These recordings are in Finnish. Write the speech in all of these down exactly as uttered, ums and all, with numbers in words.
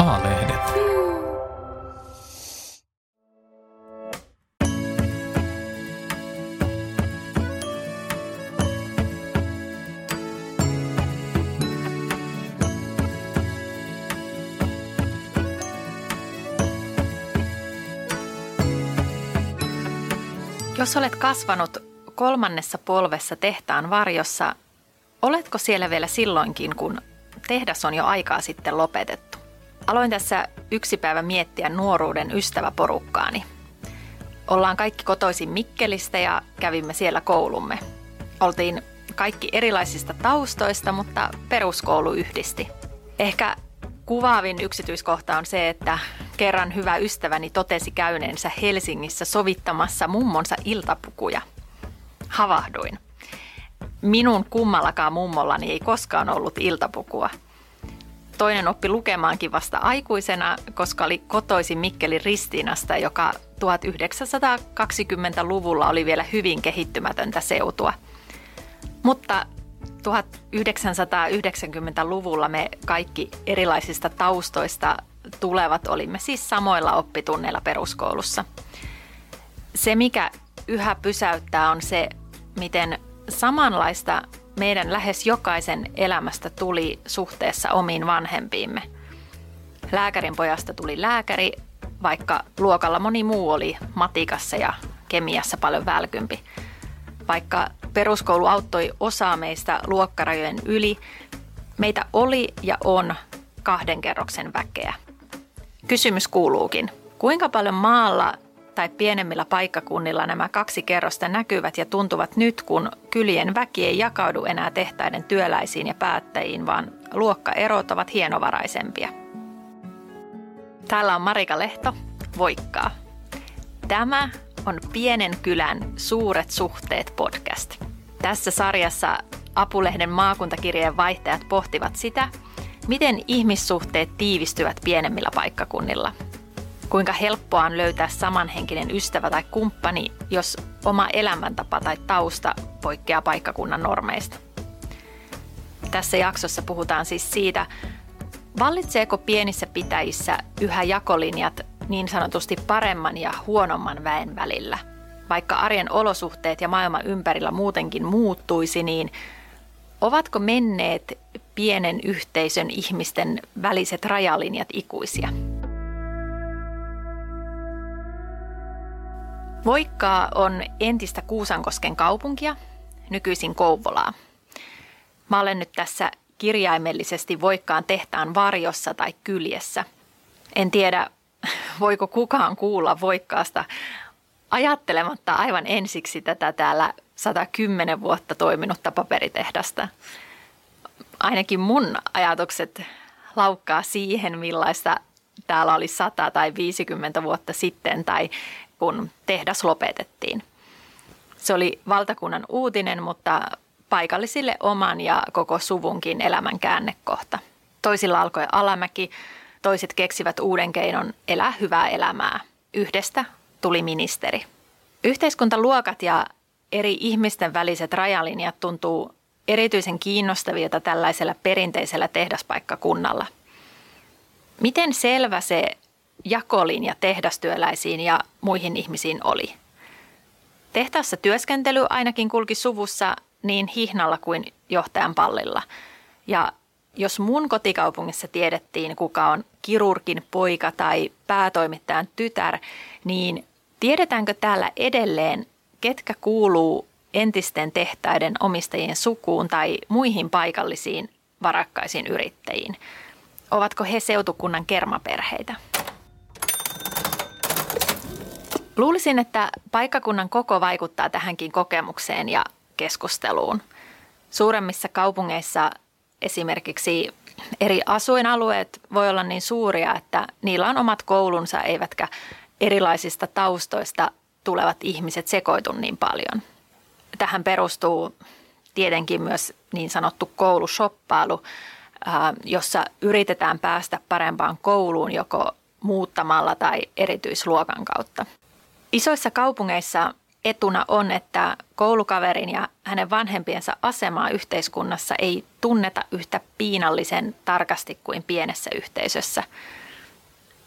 A-lehdet. Jos olet kasvanut kolmannessa polvessa tehtaan varjossa, oletko siellä vielä silloinkin, kun tehdas on jo aikaa sitten lopetettu? Aloin tässä yksi päivä miettiä nuoruuden ystäväporukkaani. Ollaan kaikki kotoisin Mikkelistä ja kävimme siellä koulumme. Oltiin kaikki erilaisista taustoista, mutta peruskoulu yhdisti. Ehkä kuvaavin yksityiskohta on se, että kerran hyvä ystäväni totesi käyneensä Helsingissä sovittamassa mummonsa iltapukuja. Havahduin. Minun kummallakaan mummollani ei koskaan ollut iltapukua. Toinen oppi lukemaankin vasta aikuisena, koska oli kotoisin Mikkelin Ristiinasta, joka tuhatyhdeksänsataakaksikymmentäluvulla oli vielä hyvin kehittymätöntä seutua. Mutta tuhatyhdeksänsataayhdeksänkymmentäluvulla me kaikki erilaisista taustoista tulevat olimme siis samoilla oppitunneilla peruskoulussa. Se, mikä yhä pysäyttää, on se, miten samanlaista meidän lähes jokaisen elämästä tuli suhteessa omiin vanhempiimme. Lääkärin pojasta tuli lääkäri, vaikka luokalla moni muu oli matikassa ja kemiassa paljon välkympi. Vaikka peruskoulu auttoi osaa meistä luokkarajojen yli, meitä oli ja on kahden kerroksen väkeä. Kysymys kuuluukin, kuinka paljon maalla tai pienemmillä paikkakunnilla nämä kaksi kerrosta näkyvät ja tuntuvat nyt, kun kylien väki ei jakaudu enää tehtaiden työläisiin ja päättäjiin, vaan luokkaerot ovat hienovaraisempia. Täällä on Marika Lehto, Voikkaa. Tämä on Pienen kylän suuret suhteet podcast. Tässä sarjassa Apulehden maakuntakirjeen vaihtajat pohtivat sitä, miten ihmissuhteet tiivistyvät pienemmillä paikkakunnilla. Kuinka helppoa on löytää samanhenkinen ystävä tai kumppani, jos oma elämäntapa tai tausta poikkeaa paikkakunnan normeista. Tässä jaksossa puhutaan siis siitä, vallitseeko pienissä pitäjissä yhä jakolinjat niin sanotusti paremman ja huonomman väen välillä. Vaikka arjen olosuhteet ja maailma ympärillä muutenkin muuttuisi, niin ovatko menneet pienen yhteisön ihmisten väliset rajalinjat ikuisia? Voikkaa on entistä Kuusankosken kaupunkia, nykyisin Kouvolaa. Mä olen nyt tässä kirjaimellisesti Voikkaan tehtaan varjossa tai kyljessä. En tiedä, voiko kukaan kuulla Voikkaasta ajattelematta aivan ensiksi tätä täällä sata kymmenen vuotta toiminutta paperitehdasta. Ainakin mun ajatukset laukkaa siihen, millaista täällä oli sata tai viisikymmentä vuotta sitten tai kun tehdas lopetettiin. Se oli valtakunnan uutinen, mutta paikallisille oman ja koko suvunkin elämän käännekohta. Toisilla alkoi alamäki, toiset keksivät uuden keinon elää hyvää elämää. Yhdestä tuli ministeri. Yhteiskuntaluokat ja eri ihmisten väliset rajalinjat tuntuu erityisen kiinnostavilta tällaisella perinteisellä tehdaspaikkakunnalla. Miten selvä se jakolinja tehdastyöläisiin ja muihin ihmisiin oli? Tehtaassa työskentely ainakin kulki suvussa niin hihnalla kuin johtajan pallilla. Ja jos mun kotikaupungissa tiedettiin, kuka on kirurgin poika tai päätoimittajan tytär, niin tiedetäänkö täällä edelleen, ketkä kuuluu entisten tehtaiden omistajien sukuun tai muihin paikallisiin varakkaisiin yrittäjiin? Ovatko he seutukunnan kermaperheitä? Luulisin, että paikkakunnan koko vaikuttaa tähänkin kokemukseen ja keskusteluun. Suuremmissa kaupungeissa esimerkiksi eri asuinalueet voi olla niin suuria, että niillä on omat koulunsa, eivätkä erilaisista taustoista tulevat ihmiset sekoitu niin paljon. Tähän perustuu tietenkin myös niin sanottu koulushoppailu, jossa yritetään päästä parempaan kouluun joko muuttamalla tai erityisluokan kautta. Isoissa kaupungeissa etuna on, että koulukaverin ja hänen vanhempiensa asemaa yhteiskunnassa ei tunneta yhtä piinallisen tarkasti kuin pienessä yhteisössä.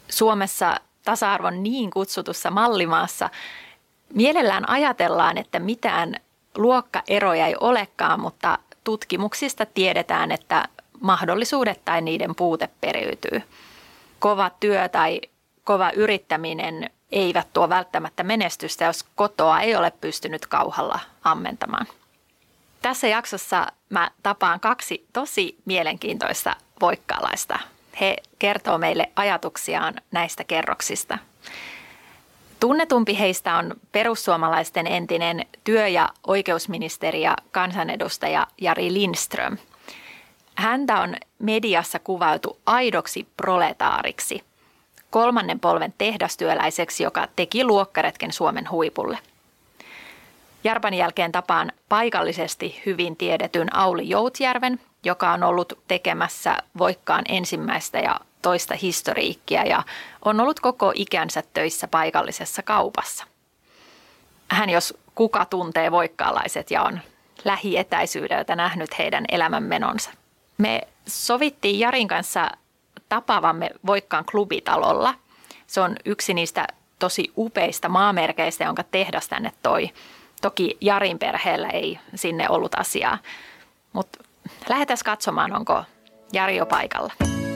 Suomessa tasa-arvon niin kutsutussa mallimaassa mielellään ajatellaan, että mitään luokkaeroja ei olekaan, mutta tutkimuksista tiedetään, että mahdollisuudet tai niiden puute periytyy. Kova työ tai kova yrittäminen eivät tuo välttämättä menestystä, jos kotoa ei ole pystynyt kauhalla ammentamaan. Tässä jaksossa mä tapaan kaksi tosi mielenkiintoista voikkaalaista. He kertoo meille ajatuksiaan näistä kerroksista. Tunnetumpi heistä on perussuomalaisten entinen työ- ja oikeusministeri ja kansanedustaja Jari Lindström. Häntä on mediassa kuvailtu aidoksi proletaariksi, kolmannen polven tehdastyöläiseksi, joka teki luokkaretken Suomen huipulle. Jarpan jälkeen tapaan paikallisesti hyvin tiedetyn Auli Joutjärven, joka on ollut tekemässä Voikkaan ensimmäistä ja toista historiikkia ja on ollut koko ikänsä töissä paikallisessa kaupassa. Hän, jos kuka, tuntee voikkaalaiset ja on lähietäisyydeltä nähnyt heidän elämänmenonsa. Me sovittiin Jarin kanssa tapaavamme Voikkaan klubitalolla. Se on yksi niistä tosi upeista maamerkeistä, jonka tehdas tänne toi. Toki Jarin perheellä ei sinne ollut asiaa, mutta lähdetään katsomaan, onko Jari jo paikalla.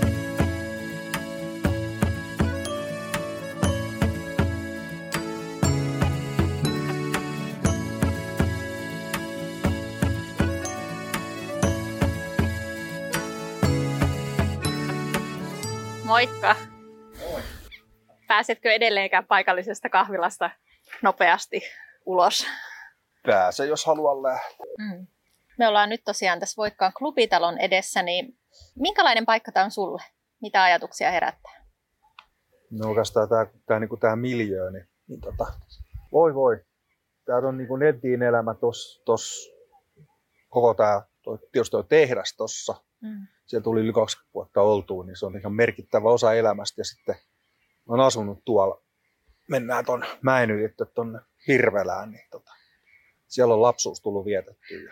Moikka! Moi. Pääsetkö edelleenkään paikallisesta kahvilasta nopeasti ulos? Pääse, jos haluan lähteä. Mm. Me ollaan nyt tosiaan tässä Voikkaan klubitalon edessä, niin minkälainen paikka tämä on sulle? Mitä ajatuksia herättää? No oikeastaan tämä, tämä, niin tämä miljöö, niin, niin tota, voi voi. Tämä on niin kuin netin elämä tuossa, koko tämä, toi, tietysti tuo tehdas tuossa. Mm. Siellä tuli yli kaksikymmentä vuotta oltua, niin se on ihan merkittävä osa elämästä. Ja sitten olen asunut tuolla, mennään tuon mäen yli tuonne Hirvelään, niin tota, siellä on lapsuus tullut vietettyä.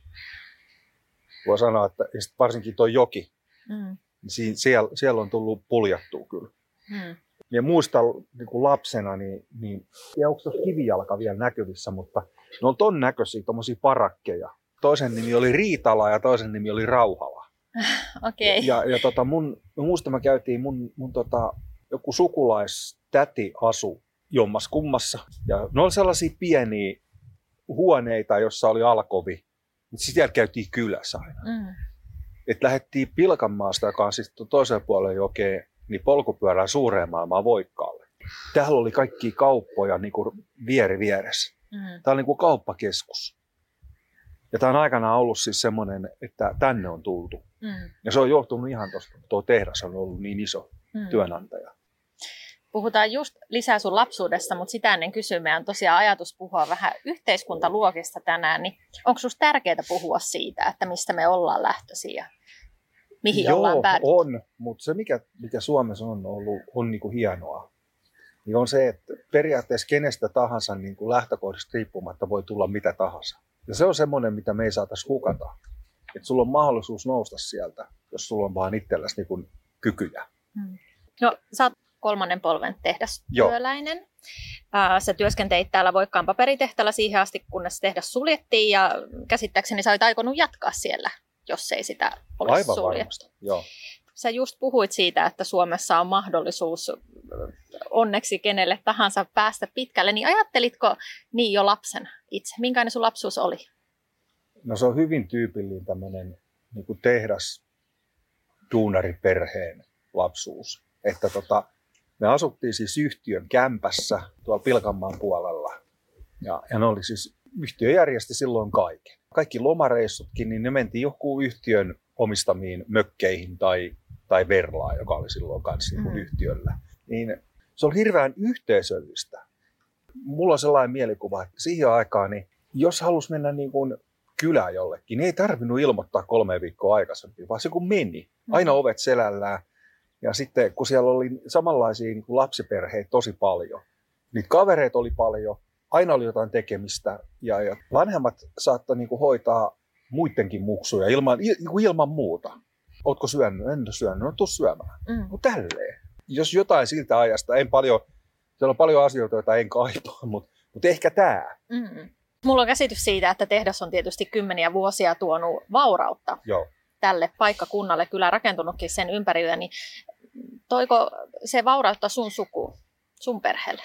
Voi sanoa, että varsinkin tuo joki, mm. niin siellä, siellä on tullut puljattua kyllä. Mm. Ja muistan niin kuin lapsena, niin, niin ja onko tuossa kivijalka vielä näkyvissä, mutta ne on ton näköisiä tommosia parakkeja. Toisen nimi oli Riitala ja toisen nimi oli Rauhala. Okay. Ja, ja tota mun, muistan, me käytiin mun, mun tota, joku sukulaistäti asu jommas kummassa. Ja ne oli sellaisia pieniä huoneita, jossa oli alkovi. Sitten siellä käytiin kylässä aina. Mm. Et lähdettiin Pilkanmaasta, joka on siis toisella puolella jokea, niin polkupyörään suureen maailmaan Voikkaalle. Täällä oli kaikkia kauppoja niin kuin vieri vieressä. Mm. Tämä oli niin kuin kauppakeskus. Ja tämä on aikanaan ollut siis semmoinen, että tänne on tultu. Mm. Ja se on johtunut ihan tuosta, kun tuo tehdas on ollut niin iso mm. työnantaja. Puhutaan just lisää sun lapsuudesta, mutta sitä ennen kysyä, meidän on tosiaan ajatus puhua vähän yhteiskuntaluokista tänään. Niin onko sinusta tärkeää puhua siitä, että mistä me ollaan lähtöisiä ja mihin Joo, ollaan päädytty? on, mutta se mikä, mikä Suomessa on ollut on niin kuin hienoa, niin on se, että periaatteessa kenestä tahansa niin kuin lähtökohdista riippumatta voi tulla mitä tahansa. Ja se on semmoinen, mitä me ei saataisi hukata. Että sulla on mahdollisuus nousta sieltä, jos sulla on vaan itselläsi niin kuin kykyjä. Hmm. No, sä oot kolmannen polven tehdastyöläinen. Ää, sä työskentelit täällä Voikkaan paperitehtaalla siihen asti, kunnes tehdas suljettiin. Ja käsittääkseni sä olit aikonut jatkaa siellä, jos ei sitä olisi Aivan suljettu. Varmasti, joo. Sä just puhuit siitä, että Suomessa on mahdollisuus onneksi kenelle tahansa päästä pitkälle. Niin ajattelitko niin jo lapsena itse? Minkälainen sun lapsuus oli? No se on hyvin tyypillinen tämmöinen niin kuin tehdas duunariperheen lapsuus. Että tota, me asuttiin siis yhtiön kämpässä tuolla Pilkanmaan puolella. Ja, ja ne oli siis, yhtiö järjesti silloin kaiken. Kaikki lomareissutkin, niin ne mentiin johonkin yhtiön omistamiin mökkeihin tai, tai Verlaan, joka oli silloin kanssa mm. yhtiöllä. Niin se oli hirveän yhteisöllistä. Mulla on sellainen mielikuva, että siihen aikaan, niin jos halusi mennä niin kuin kylään jollekin, niin ei tarvinnut ilmoittaa kolme viikkoa aikaisemmin, vaan se kun meni. Aina ovet selällään. Ja sitten kun siellä oli samanlaisia niin kuin lapsiperheitä tosi paljon, niin kavereita oli paljon, aina oli jotain tekemistä ja, ja vanhemmat saattoi niin kuin hoitaa muidenkin muksuja ilman, il, ilman muuta. Ootko syönyt? En ole syönyt. No tuu syömään. Mm. No tälleen. jos jotain siltä ajasta, en paljon, siellä on paljon asioita, joita en kaipaa, mutta, mutta ehkä tämä. Mm. Mulla on käsitys siitä, että tehdas on tietysti kymmeniä vuosia tuonut vaurautta Joo. tälle paikkakunnalle, kyllä rakentunutkin sen ympärille, niin toiko se vaurautta sun suku, sun perheelle?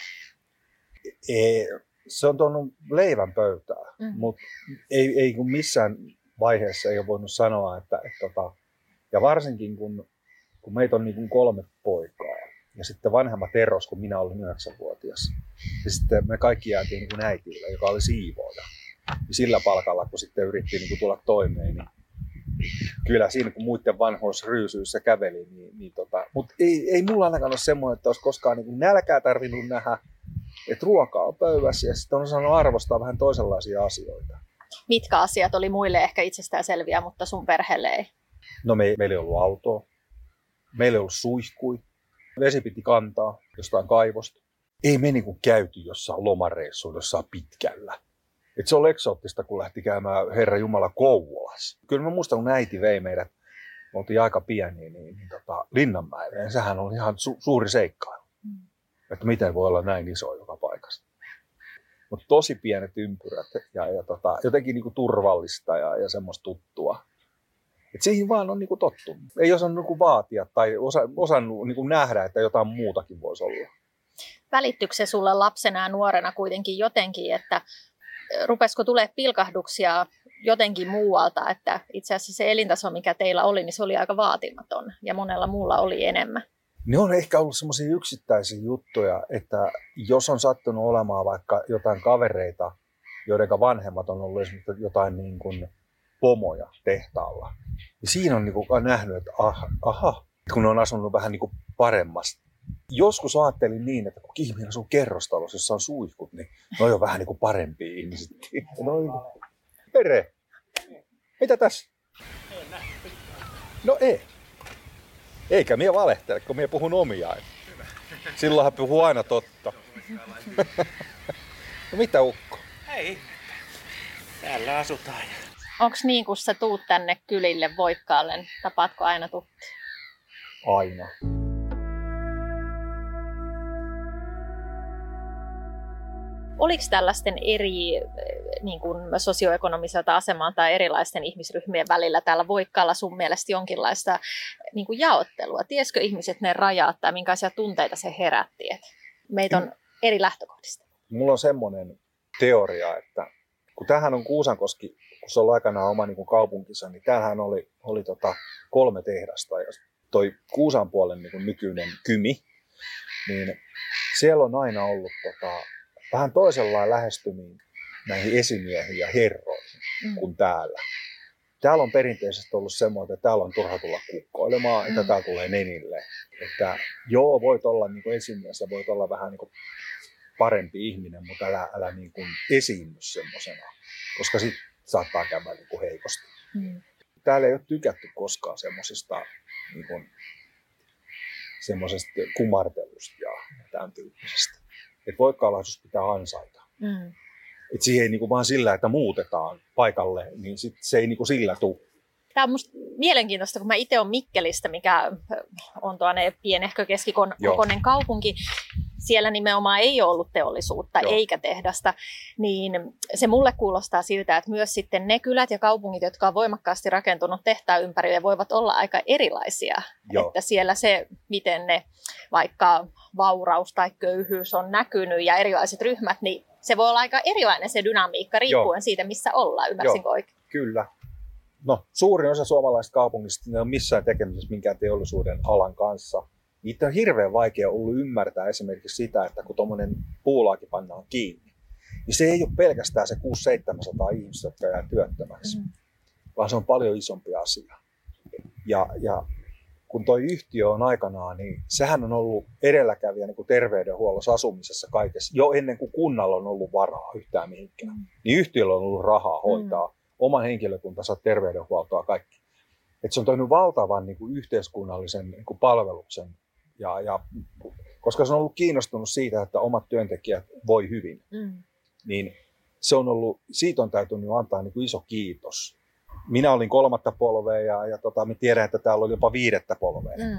Ei, se on tuonut leivän pöytään, mm. mutta ei, ei kun missään vaiheessa ei ole voinut sanoa, että, että, että ja varsinkin kun, kun meitä on niin kuin kolme poikaa ja sitten vanhemmat eros, kun minä olin yhdeksänvuotias. Ja sitten me kaikki jäätiin niin kuin äitille, joka oli siivooja. Ja sillä palkalla, kun sitten yritti niin kuin tulla toimeen, niin kyllä siinä kun muiden vanhoissa ryysyissä käveli. Niin, niin tota, mutta ei, ei mulla ainakaan ole semmoinen, että olisi koskaan niin kuin nälkää tarvinnut nähdä, että ruokaa on pöydässä ja sitten on osannut arvostaa vähän toisenlaisia asioita. Mitkä asiat oli muille ehkä itsestään selviä, mutta sun perheelle ei? No me, meillä ei ollut autoa, meillä ei ollut suihkui, vesi piti kantaa jostain kaivosta. Ei me niin kuin käyty jossain lomareissuilla jossain pitkällä. Et se on eksoottista, kun lähti käymään Herra Jumala Kouvolassa. Kyllä mä muistan, kun äiti vei meidät, me oltiin aika pieniä, niin, niin tota, Linnanmäelle. Ja sehän oli ihan su- suuri seikkailu. Mm. Että miten voi olla näin iso joka paikassa. Mutta tosi pienet ympyrät ja, ja tota, jotenkin niinku turvallista ja, ja semmoista tuttua. Et siihen vaan on niinku tottunut. Ei osannut niinku vaatia tai osa, osannut niinku nähdä, että jotain muutakin voisi olla. Välittyykö se sulle lapsena ja nuorena kuitenkin jotenkin, että rupesiko tulee pilkahduksia jotenkin muualta, että itse asiassa se elintaso, mikä teillä oli, niin se oli aika vaatimaton ja monella muulla oli enemmän? Ne on ehkä ollut semmoisia yksittäisiä juttuja, että jos on sattunut olemaan vaikka jotain kavereita, joiden vanhemmat on ollut esimerkiksi jotain niin kuin pomoja tehtaalla, niin siinä on niin kuin nähnyt, että aha, aha, kun on asunut vähän niin kuin paremmasti. Joskus ajattelin niin, että kun ihminen asuu kerrostalossa, jossa on suihkut, niin ne on vähän niin kuin parempia ihmisiä. Noin. Pere, mitä tässä? No ei. Eikä mie valehtele, kun mie puhun omiaan. Silloinhan puhuu aina totta. No mitä ukko? Ei. Täällä asutaan. Onks niin, kun sä tuut tänne kylille Voikkaalle, tapaatko aina tuttia? Aina. Oliko tällaisten eri niin kuin sosioekonomiselta asemalta tai erilaisten ihmisryhmien välillä täällä Voikkaalla sun mielestä jonkinlaista niin kuin jaottelua? Tiesikö ihmiset ne rajat tai minkälaisia tunteita se herätti? Et meitä on eri lähtökohdista. Mulla on semmoinen teoria, että kun tämähän on Kuusankoski, kun se on aikanaan oma niin kuin kaupunkinsa, niin tämähän oli, oli tota kolme tehdasta. Ja toi Kuusan puolen niin kuin nykyinen Kymi, niin siellä on aina ollut tota, vähän toisenlainen lähestyminen näihin esimiehiin ja herroihin mm. kuin täällä. Täällä on perinteisesti ollut semmoinen, että täällä on turha tulla kukkoilemaan, että mm. täällä tulee nenille. Että joo, voit olla niin kuin esimies ja voit olla vähän niin kuin parempi ihminen, mutta älä, älä niin kuin esiinny semmoisena, koska sitten saattaa käydä niin kuin heikosti. Mm. Täällä ei ole tykätty koskaan semmoisesta niin kuin, semmoisesta kumartelusta ja tämän tyyppisestä. Että voikkaalaisuus pitää ansaita. Mm. Että siihen ei niinku vaan sillä, että muutetaan paikalle, niin sit se ei niinku sillä tule. Tämä on musta mielenkiintoista, kun mä itse olen Mikkelistä, mikä on tuonne pienehkö keskikokoinen kaupunki. Siellä nimenomaan ei ole ollut teollisuutta Joo. eikä tehdasta, niin se mulle kuulostaa siltä, että myös sitten ne kylät ja kaupungit, jotka on voimakkaasti rakentunut tehtaan ympärille, voivat olla aika erilaisia. Joo. Että siellä se, miten ne vaikka vauraus tai köyhyys on näkynyt ja erilaiset ryhmät, niin se voi olla aika erilainen se dynamiikka riippuen Joo. siitä, missä ollaan. Ymmärsinkö oikein? Kyllä. No, suurin osa suomalaisista kaupungista ne on missään tekemisessä minkään teollisuuden alan kanssa. Niitä on hirveän vaikea ollut ymmärtää esimerkiksi sitä, että kun tuommoinen puulaaki pannaan kiinni, niin se ei ole pelkästään se kuusi seitsemänsataa ihmistä, jotka jää työttömäksi, mm. vaan se on paljon isompi asia. Ja, ja kun tuo yhtiö on aikanaan, niin sehän on ollut edelläkävijä niin kuin terveydenhuollossa asumisessa kaikessa, jo ennen kuin kunnalla on ollut varaa yhtään mihinkään. Mm. Niin yhtiöllä on ollut rahaa hoitaa mm. oman henkilökuntansa terveydenhuoltoa kaikki. Et se on toiminut valtavan niin kuin yhteiskunnallisen niin kuin palveluksen. Ja, ja, koska se on ollut kiinnostunut siitä, että omat työntekijät voi hyvin, mm. niin se on ollut, siitä on täytynyt antaa niin kuin iso kiitos. Minä olin kolmatta polvea ja, ja tota, me tiedän, että täällä oli jopa viidettä polvea. Mm.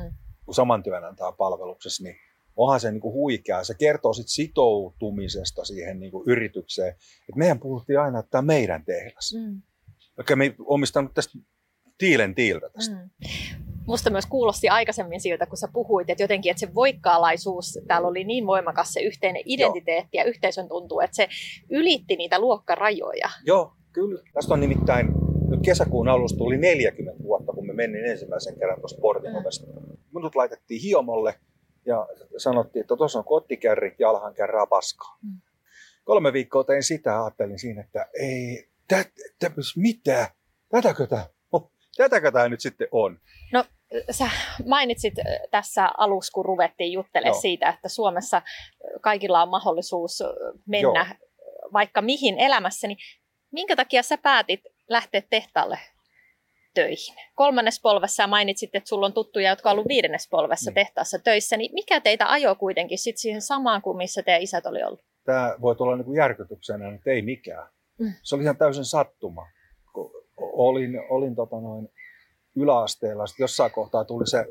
saman työnantajan palveluksessa, niin onhan se niin kuin huikea. Se kertoo sit sitoutumisesta siihen niin kuin yritykseen. Et mehän puhuttiin aina, että tämä on meidän tehdas. Mm. Vaikka me ei omistanut tästä tiilen tiiltä tästä. Mm. Musta myös kuulosti aikaisemmin siltä, kun sä puhuit, että jotenkin, että se voikkaalaisuus, täällä oli niin voimakas se yhteinen identiteetti Joo. ja yhteisön tuntuu, että se ylitti niitä luokkarajoja. Joo, kyllä. Tästä on nimittäin, nyt kesäkuun alusta tuli neljäkymmentä vuotta, kun me menin ensimmäisen kerran tuosta portin ovesta. Minut laitettiin hiomolle ja sanottiin, että tuossa on kottikärri ja alhaan kärrää paskaa. Mm. Kolme viikkoa tein sitä ja ajattelin siinä, että ei, tä, tä, mitä, tätäkö tämä Tätäkö tämä nyt sitten on? No, sä mainitsit tässä alussa, kun ruvettiin juttelemaan siitä, että Suomessa kaikilla on mahdollisuus mennä Joo. vaikka mihin elämässä, niin minkä takia sä päätit lähteä tehtaalle töihin? Kolmannes polvessa sä mainitsit, että sulla on tuttuja, jotka on ollut viidennes polvessa mm. tehtaassa töissä, niin mikä teitä ajoi kuitenkin sit siihen samaan kuin missä teidän isät oli ollut? Tämä voi tulla niin kuin järkytyksenä, että ei mikään. Mm. Se oli ihan täysin sattuma. Olin, olin tota noin yläasteella, sitten jossain kohtaa tuli se,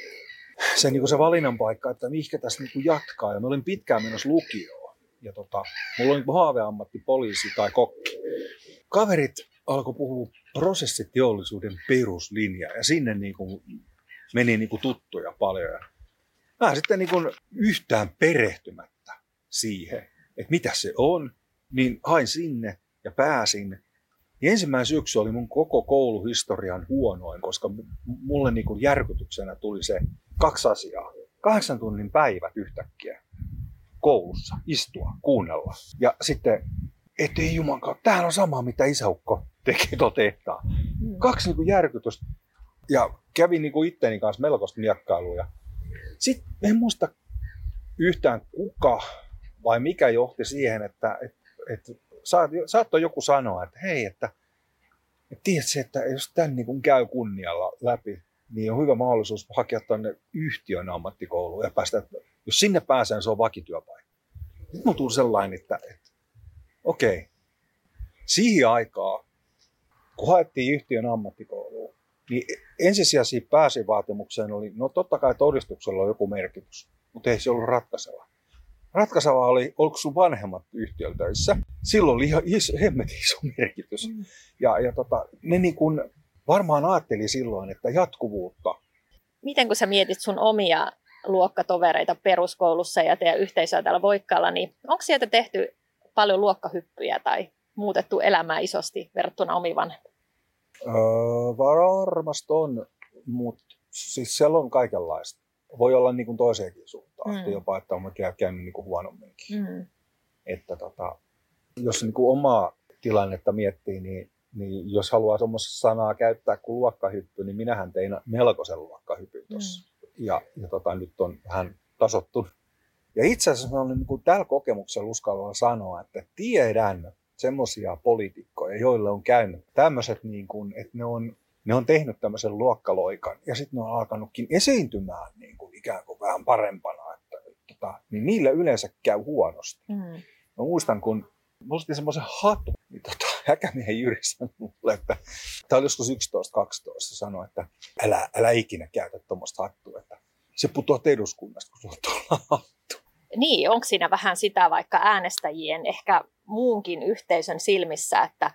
se, niin kuin se valinnan paikka, että mihinkä tässä niin kuin jatkaa. Ja mä olin pitkään menossa lukioon. Ja tota, mulla oli niin kuin haaveammatti poliisi tai kokki. Kaverit alkoi puhua prosessiteollisuuden peruslinjaa ja sinne niin kuin meni niin kuin tuttuja paljon. Ja mä sitten niin kuin yhtään perehtymättä siihen, että mitä se on, niin hain sinne ja pääsin. Ja ensimmäinen syksy oli mun koko kouluhistorian huonoin, koska mulle niin kuin järkytyksenä tuli se kaksi asiaa. Kahdeksan tunnin päivät yhtäkkiä koulussa, istua, kuunnella. Ja sitten, ettei jumankaan, tämähän on sama, mitä isäukko tekee tuolla tehtaan. Kaksi niin kuin järkytystä. Ja kävin niin kuin itteni kanssa melkoista miekkailua. Sitten en muista yhtään kuka vai mikä johti siihen, että... että, että saattoi joku sanoa, että hei, että, että tiedätkö, että jos tämän niin kuin käy kunnialla läpi, niin on hyvä mahdollisuus hakea tänne yhtiön ammattikouluun ja päästä, jos sinne pääsee, se on vakityöpaikka. Nyt mulla tuli sellainen, että, että okei, okay. Siihen aikaan, kun haettiin yhtiön ammattikouluun, niin ensisijaisia pääsyvaatimukseen oli, no totta kai todistuksella on joku merkitys, mutta ei se ollut ratkaiseva. Ratkaiseva oli, oliko sun vanhemmat yhtiöllä töissä. Silloin oli ihan iso, hemmetin iso merkitys. Mm. Ja, ja tota, ne niin kun varmaan ajatteli silloin, että jatkuvuutta. Miten kun sä mietit sun omia luokkatovereita peruskoulussa ja teidän yhteisöä täällä Voikkaalla, niin onko sieltä tehty paljon luokkahyppyjä tai muutettu elämää isosti verrattuna omiin vanhempiin? Öö, varmasti on, mutta siis siellä on kaikenlaista. Voi olla niin kuin toiseenkin suuntaan, mm. jopa että on käynyt niin kuin huonomminkin. Mm. Että tota, jos niin kuin omaa tilannetta miettii, niin, niin jos haluaa semmoista sanaa käyttää kuin luokkahyppy, niin minähän tein melkoisen luokkahypyn tuossa. Mm. Ja, ja tota, nyt on vähän tasottunut. Ja itse asiassa mä olen niin kuin tällä kokemuksella uskallalla sanoa, että tiedän semmoisia poliitikkoja, joille on käynyt tämmöiset, niin kuin, että ne on, ne on tehnyt tämmöisen luokkaloikan ja sitten ne on alkanutkin esiintymään niin kuin ikään kuin vähän parempana, että, että niin niille yleensä käy huonosti. Mm. Mä muistan, kun mulla oli semmoisen hatun, niin tota, Häkämiehen Jyri sanoi mulle, että tämä oli joskus yksitoista kaksitoista, sanoi, että älä, älä ikinä käytä tuommoista hattua, että se putoat eduskunnasta, kun sulla on tuolla hattu. Niin, onko siinä vähän sitä vaikka äänestäjien, ehkä muunkin yhteisön silmissä, että,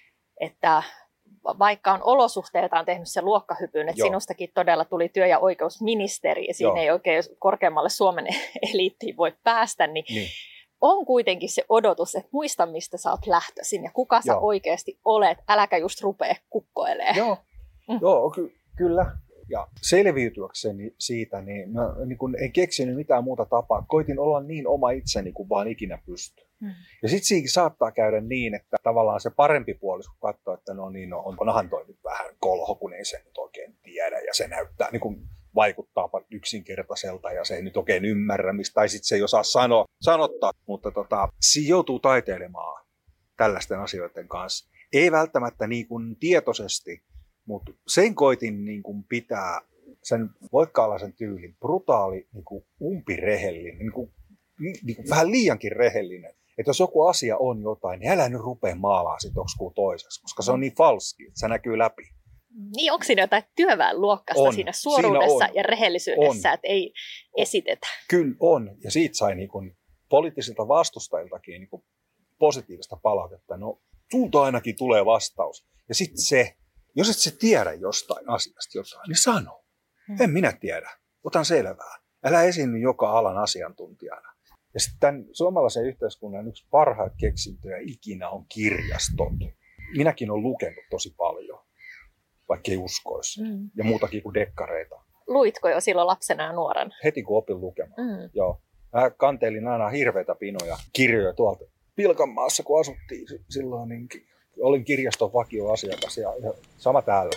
että vaikka on olosuhteiltaan tehnyt sen luokkahypyn, että Joo. sinustakin todella tuli työ- ja oikeusministeri, ja siinä Joo. ei oikein korkeammalle Suomen eliittiin voi päästä, niin, niin on kuitenkin se odotus, että muista, mistä sä oot lähtöisin ja kuka sä Joo. oikeasti olet, äläkä just rupea kukkoilemaan. Joo, mm. Joo ky- kyllä. Ja selviytyäkseni siitä, niin mä niin kun en keksinyt mitään muuta tapaa. Koitin olla niin oma itseni kuin vaan ikinä pystyy. Mm. Ja sitten siinä saattaa käydä niin, että tavallaan se parempi puoli, kun katsoo, että no niin, no, onhan toi nyt vähän kolho, kun ei se nyt oikein tiedä. Ja se näyttää, niin kuin vaikuttaa yksinkertaiselta ja se ei nyt oikein ymmärrä, mistä, tai sitten se ei osaa sanoa, sanottaa. Mutta tota, siinä joutuu taiteilemaan tällaisten asioiden kanssa. Ei välttämättä niin kuin tietoisesti, mutta sen koitin niin kuin pitää sen voikkaalaisen tyylin brutaali, niin kuin umpirehellinen, niin kuin, niin kuin vähän liiankin rehellinen. Että jos joku asia on jotain, niin älä nyt rupea maalaa sit joksikuu toiseksi, koska se on niin falski, että se näkyy läpi. Niin, onko siinä jotain työväenluokkasta on. siinä suoruudessa siinä ja rehellisyydessä, on. että ei esitetä? Kyllä on, ja siitä sai niin kuin poliittisilta vastustajiltakin niin kuin positiivista palautetta. No, sulta ainakin tulee vastaus. Ja sitten se, jos et se tiedä jostain asiasta jotain, niin sano. Hmm. En minä tiedä. Otan selvää. Älä esiinny joka alan asiantuntijana. Ja sitten tämän suomalaisen yhteiskunnan yksi parhaita keksintöjä ikinä on kirjastot. Minäkin olen lukenut tosi paljon, vaikka ei uskoisi. Hmm. Ja muutakin kuin dekkareita. Luitko jo silloin lapsena ja nuorena? Heti kun opin lukemaan. Hmm. Joo. Mä kantelin aina hirveitä pinoja kirjoja tuolta Pilkanmaassa, kun asuttiin silloin, niin olin kirjaston vakioasiakas ja, ja sama täällä.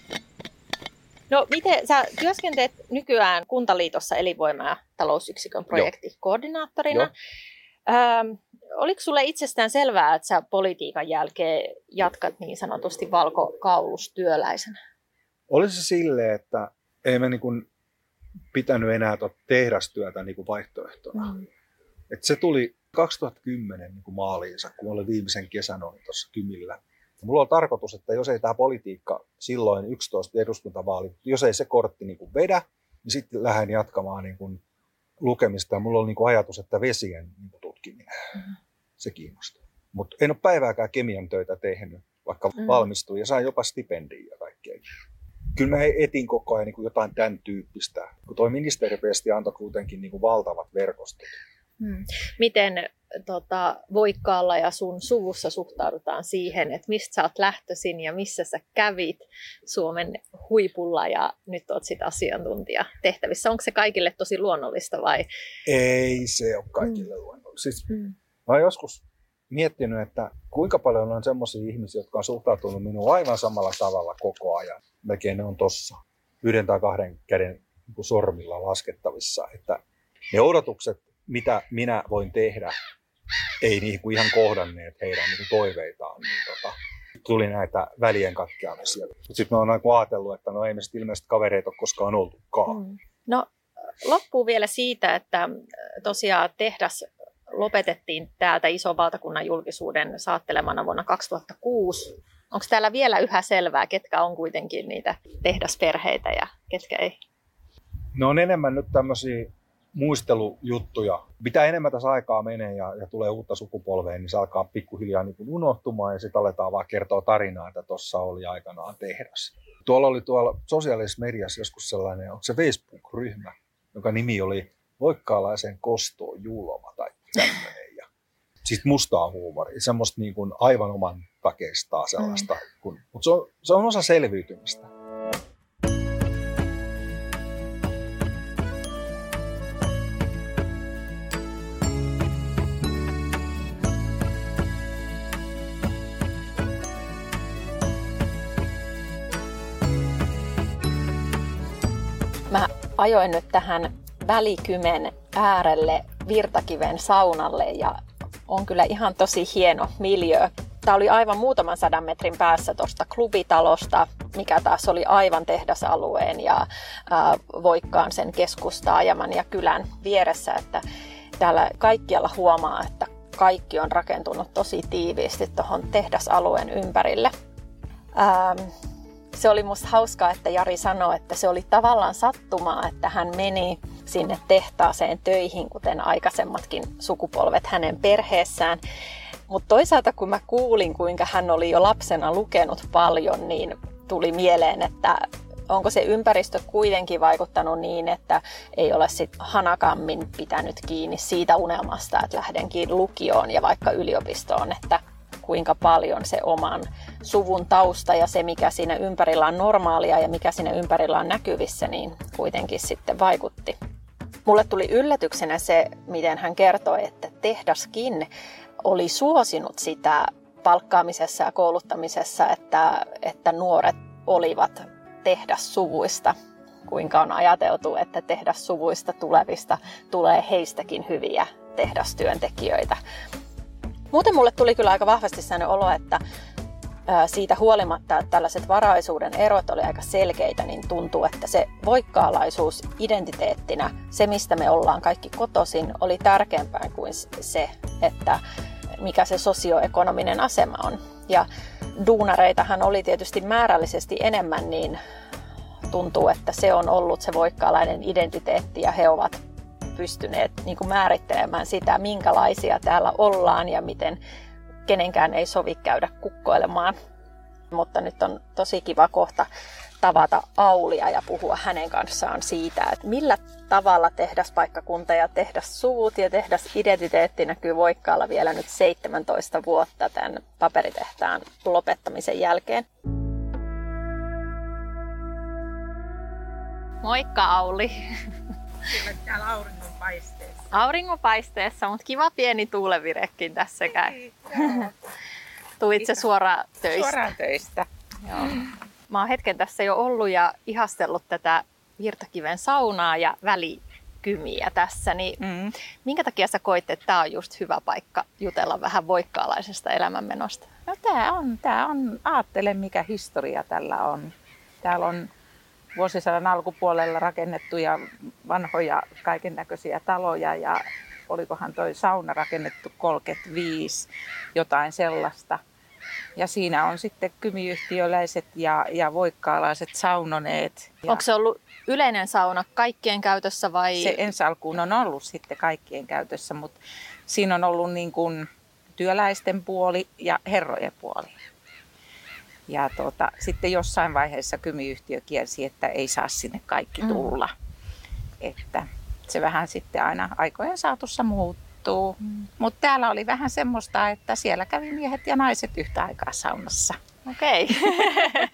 No miten sä työskentelet nykyään Kuntaliitossa elinvoima- ja talousyksikön projektikoordinaattorina. Ähm, oliko sulle itsestään selvää, että sä politiikan jälkeen jatkat niin sanotusti valkokaulustyöläisenä? Oli se silleen, että ei me niin kuin pitänyt enää tuota tehdastyötä niin kuin vaihtoehtona. Mm. Et se tuli kaksituhattakymmenen niin kuin maaliinsa, kun olin viimeisen kesän olin tuossa Kymillä. Mulla oli tarkoitus, että jos ei tämä politiikka silloin yksitoista eduskuntavaalit, jos ei se kortti niin kuin vedä, niin sitten lähden jatkamaan niin kuin lukemista. Ja mulla oli niin kuin ajatus, että vesien niin kuin tutkiminen, mm. se kiinnostaa. Mutta en ole päivääkään kemian töitä tehnyt, vaikka mm. valmistuin ja sain jopa stipendiä ja kaikkea. Kyllä mä etin koko ajan niin kuin jotain tämän tyyppistä, kun toi ministeriviesti antoi kuitenkin niin kuin valtavat verkostot. Hmm. Miten tota, Voikkaalla ja sun suvussa suhtaudutaan siihen, että mistä sä oot lähtöisin ja missä sä kävit Suomen huipulla ja nyt oot sit asiantuntija tehtävissä? Onko se kaikille tosi luonnollista vai? Ei se ole kaikille hmm. luonnollista. Siis, hmm. Mä oon joskus miettinyt, että kuinka paljon on semmoisia ihmisiä, jotka on suhtautunut minuun aivan samalla tavalla koko ajan. Melkein ne on tossa yhden tai kahden käden niin kuin sormilla laskettavissa, että ne odotukset, mitä minä voin tehdä, ei niin kuin ihan kohdanneet heidän niin kuin toiveitaan. Niin tota, tuli näitä välien katkeamisia. Sitten mä oon ajatellut, että no ei me sitten ilmeisesti kavereita ole koskaan oltukaan. Mm. No loppuu vielä siitä, että tosiaan tehdas lopetettiin täältä ison valtakunnan julkisuuden saattelemana vuonna kaksituhattakuusi. Onko täällä vielä yhä selvää, ketkä on kuitenkin niitä tehdasperheitä ja ketkä ei? Ne on enemmän nyt tämmöisiä muistelujuttuja. Mitä enemmän tässä aikaa menee ja, ja tulee uutta sukupolvea, niin se alkaa pikkuhiljaa niin kuin unohtumaan ja sitten aletaan vaan kertoa tarinaa, että tuossa oli aikanaan tehdas. Tuolla oli tuolla sosiaalisessa mediassa joskus sellainen, onko se Facebook-ryhmä, jonka nimi oli Voikkaalaisen kostoon julma tai tämmöinen. Ja sitten mustaa huumoria, semmoista niin kuin aivan oman takeistaa sellaista. Mm. Kun, mutta se on, se on osa selviytymistä. Mä ajoin nyt tähän Välikymen äärelle Virtakiven saunalle ja on kyllä ihan tosi hieno miljöö. Tämä oli aivan muutaman sadan metrin päässä tuosta klubitalosta, mikä taas oli aivan tehdasalueen ja ää, Voikkaan sen keskustaajaman ja kylän vieressä. Että täällä kaikkialla huomaa, että kaikki on rakentunut tosi tiiviisti tuohon tehdasalueen ympärille. Ää, Se oli musta hauskaa, että Jari sanoi, että se oli tavallaan sattumaa, että hän meni sinne tehtaaseen töihin, kuten aikaisemmatkin sukupolvet hänen perheessään. Mutta toisaalta kun mä kuulin, kuinka hän oli jo lapsena lukenut paljon, niin tuli mieleen, että onko se ympäristö kuitenkin vaikuttanut niin, että ei ole sit hanakammin pitänyt kiinni siitä unelmasta, että lähdenkin lukioon ja vaikka yliopistoon, että kuinka paljon se oman suvun tausta ja se, mikä siinä ympärillä on normaalia ja mikä siinä ympärillä on näkyvissä, niin kuitenkin sitten vaikutti. Mulle tuli yllätyksenä se, miten hän kertoi, että tehdaskin oli suosinut sitä palkkaamisessa ja kouluttamisessa, että, että nuoret olivat tehdassuvuista. Kuinka on ajateltu, että tehdassuvuista tulevista tulee heistäkin hyviä tehdastyöntekijöitä. Muuten mulle tuli kyllä aika vahvasti sellainen olo, että siitä huolimatta, että tällaiset varaisuuden erot oli aika selkeitä, niin tuntuu, että se voikkaalaisuus identiteettinä, se mistä me ollaan kaikki kotoisin, oli tärkeämpää kuin se, että mikä se sosioekonominen asema on. Ja duunareitahan oli tietysti määrällisesti enemmän, niin tuntuu, että se on ollut se voikkaalainen identiteetti ja he ovat pystyneet niin kuin määrittelemään sitä, minkälaisia täällä ollaan ja miten kenenkään ei sovi käydä kukkoilemaan. Mutta nyt on tosi kiva kohta tavata Aulia ja puhua hänen kanssaan siitä, että millä tavalla tehdaspaikkakunta ja tehdassuvut ja tehdasidentiteetti näkyy Voikkaalla vielä nyt seitsemäntoista vuotta tämän paperitehtaan lopettamisen jälkeen. Moikka Auli! Kyllä täällä auringonpaisteessa. Auringonpaisteessa, mutta kiva pieni tuulevirekin tässä käy. Tulit se suoraan töistä? Suoraan töistä. Joo. Mä oon hetken tässä jo ollut ja ihastellut tätä Virtakiven saunaa ja välikymiä tässä. Niin mm. minkä takia sä koit, että tää on just hyvä paikka jutella vähän voikkaalaisesta elämänmenosta? No tää on, tää on, aattele mikä historia tällä on. Täällä on vuosisadan alkupuolella rakennettuja vanhoja kaiken näköisiä taloja ja olikohan toi sauna rakennettu kolmekymmentäviisi, jotain sellaista. Ja siinä on sitten kymiyhtiöläiset ja, ja voikkaalaiset saunoneet. Onko se ollut yleinen sauna kaikkien käytössä vai? Se ensi alkuun on ollut sitten kaikkien käytössä, mutta siinä on ollut niin kuin työläisten puoli ja herrojen puoli. Ja tuota, sitten jossain vaiheessa kymiyhtiö kielsi, että ei saa sinne kaikki tulla. Mm. Että se vähän sitten aina aikojen saatossa muuttuu. Mm. Mutta täällä oli vähän semmoista, että siellä kävi miehet ja naiset yhtä aikaa saunassa. Okei. Okay.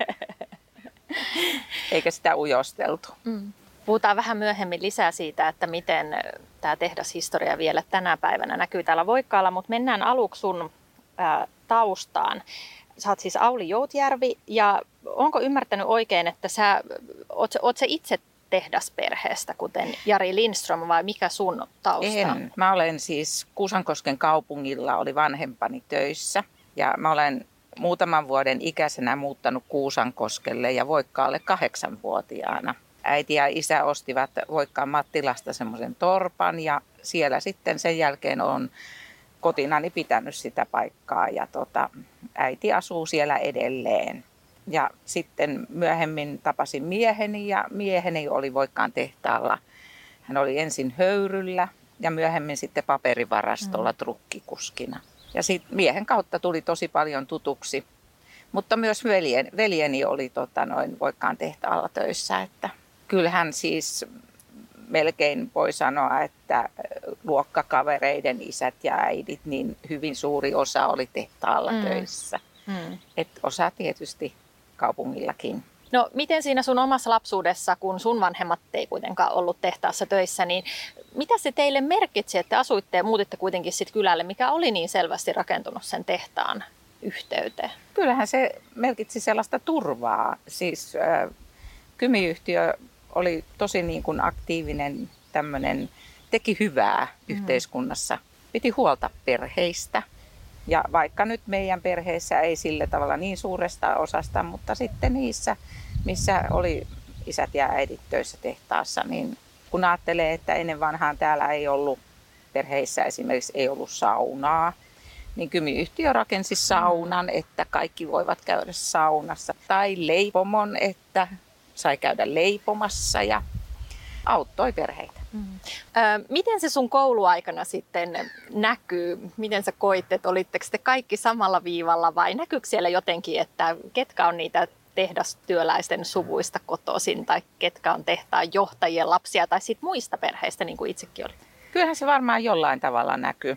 Eikä sitä ujosteltu. Mm. Puhutaan vähän myöhemmin lisää siitä, että miten tämä tehdashistoria vielä tänä päivänä näkyy täällä Voikkaalla, mutta mennään aluksi sun ää, taustaan. Sä oot siis Auli Joutjärvi ja onko ymmärtänyt oikein, että sä oot, oot sä itse tehdasperheestä, kuten Jari Lindström, vai mikä sun tausta on? En. Mä olen siis Kuusankosken kaupungilla, oli vanhempani töissä ja mä olen muutaman vuoden ikäisenä muuttanut Kuusankoskelle ja Voikkaalle kahdeksanvuotiaana. Äiti ja isä ostivat Voikkaan Mattilasta semmoisen torpan ja siellä sitten sen jälkeen on kotinani pitänyt sitä paikkaa ja tota, äiti asuu siellä edelleen. Ja sitten myöhemmin tapasin mieheni ja mieheni oli Voikkaan tehtaalla. Hän oli ensin höyryllä ja myöhemmin sitten paperivarastolla mm. trukkikuskina. Ja sitten miehen kautta tuli tosi paljon tutuksi. Mutta myös veljen, veljeni oli tota, noin Voikkaan tehtaalla töissä. Että kyllähän siis melkein voi sanoa, että luokkakavereiden isät ja äidit, niin hyvin suuri osa oli tehtaalla mm. töissä. Mm. Et osa tietysti kaupungillakin. No miten siinä sun omassa lapsuudessa, kun sun vanhemmat ei kuitenkaan ollut tehtaassa töissä, niin mitä se teille merkitsi, että asuitte ja muutitte kuitenkin sit kylälle, mikä oli niin selvästi rakentunut sen tehtaan yhteyteen? Kyllähän se merkitsi sellaista turvaa. Siis äh, kymiyhtiö oli tosi niin kuin aktiivinen, tämmöinen, teki hyvää mm. yhteiskunnassa, piti huolta perheistä. Ja vaikka nyt meidän perheessä ei sillä tavalla niin suuresta osasta, mutta sitten niissä, missä oli isät ja äidit töissä tehtaassa, niin kun ajattelee, että ennen vanhaan täällä ei ollut, perheissä esimerkiksi ei ollut saunaa, niin kymiyhtiö rakensi saunan, että kaikki voivat käydä saunassa. Tai leipomon, että sai käydä leipomassa ja auttoi perheitä. Mm. Ö, miten se sun kouluaikana sitten näkyy? Miten sä koit, että olitteko te kaikki samalla viivalla vai näkyykö siellä jotenkin, että ketkä on niitä tehdastyöläisten suvuista kotoisin tai ketkä on tehtaan johtajien lapsia tai sit muista perheistä niin kuin itsekin oli? Kyllähän se varmaan jollain tavalla näkyy.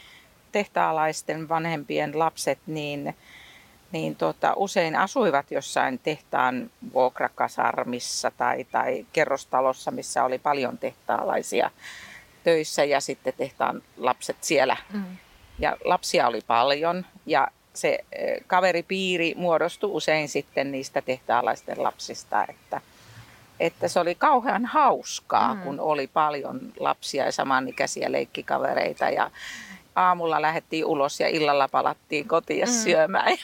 Tehtaalaisten vanhempien lapset niin niin tota, usein asuivat jossain tehtaan vuokrakasarmissa tai, tai kerrostalossa, missä oli paljon tehtaalaisia töissä ja sitten tehtaan lapset siellä. Mm. Ja lapsia oli paljon ja se kaveripiiri muodostui usein sitten niistä tehtaalaisten lapsista, että, että se oli kauhean hauskaa, mm. kun oli paljon lapsia ja samanikäisiä leikkikavereita ja aamulla lähdettiin ulos ja illalla palattiin kotiin mm. syömään.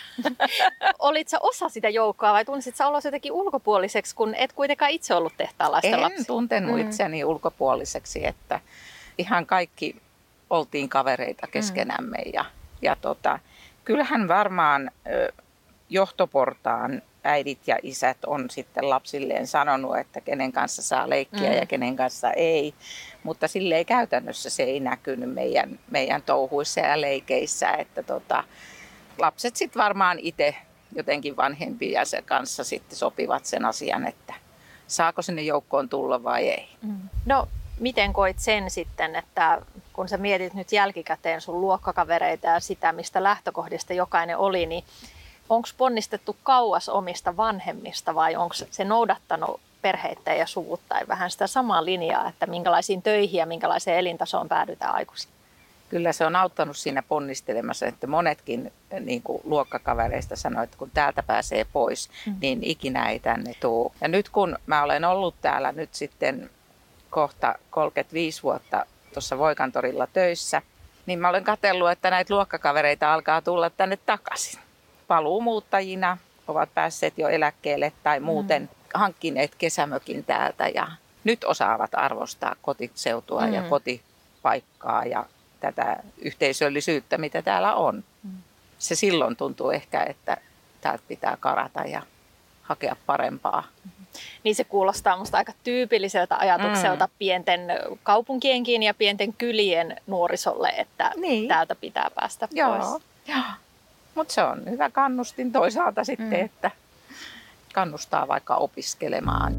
Olit sä osa sitä joukkoa vai tunsit sä olos jotenkin ulkopuoliseksi, kun et kuitenkaan itse ollut tehtaalaista lapsia? En tuntenut mm. itseni ulkopuoliseksi, että ihan kaikki oltiin kavereita keskenämme. Ja, Ja tota, kyllähän varmaan ö, johtoportaan äidit ja isät on sitten lapsilleen sanonut, että kenen kanssa saa leikkiä mm. ja kenen kanssa ei. Mutta silleen käytännössä se ei näkynyt meidän, meidän touhuissa ja leikeissä, että tota, lapset sitten varmaan itse jotenkin vanhempia se kanssa sitten sopivat sen asian, että saako sinne joukkoon tulla vai ei. Mm. No, miten koit sen sitten, että kun sä mietit nyt jälkikäteen sun luokkakavereita ja sitä, mistä lähtökohdista jokainen oli, niin onko ponnistettu kauas omista vanhemmista vai onko se noudattanut perheitä ja suvuttain vähän sitä samaa linjaa, että minkälaisiin töihin ja minkälaiseen elintasoon päädytään aikuisina? Kyllä se on auttanut siinä ponnistelemassa, että monetkin niin kuin luokkakavereista sanoo, että kun täältä pääsee pois, mm. niin ikinä ei tänne tule. Ja nyt kun mä olen ollut täällä nyt sitten kohta kolmekymmentäviisi vuotta tuossa Voikantorilla töissä, niin mä olen katsellut, että näitä luokkakavereita alkaa tulla tänne takaisin. Paluumuuttajina ovat päässeet jo eläkkeelle tai muuten mm. hankkineet kesämökin täältä ja nyt osaavat arvostaa kotiseutua mm. ja kotipaikkaa ja tätä yhteisöllisyyttä, mitä täällä on. Mm. Se silloin tuntuu ehkä, että täältä pitää karata ja hakea parempaa. Mm. Niin se kuulostaa musta aika tyypilliseltä ajatukselta mm. pienten kaupunkienkin ja pienten kylien nuorisolle, että niin. täältä pitää päästä Joo. pois. Joo. Mutta se on hyvä kannustin toisaalta sitten, mm. että kannustaa vaikka opiskelemaan.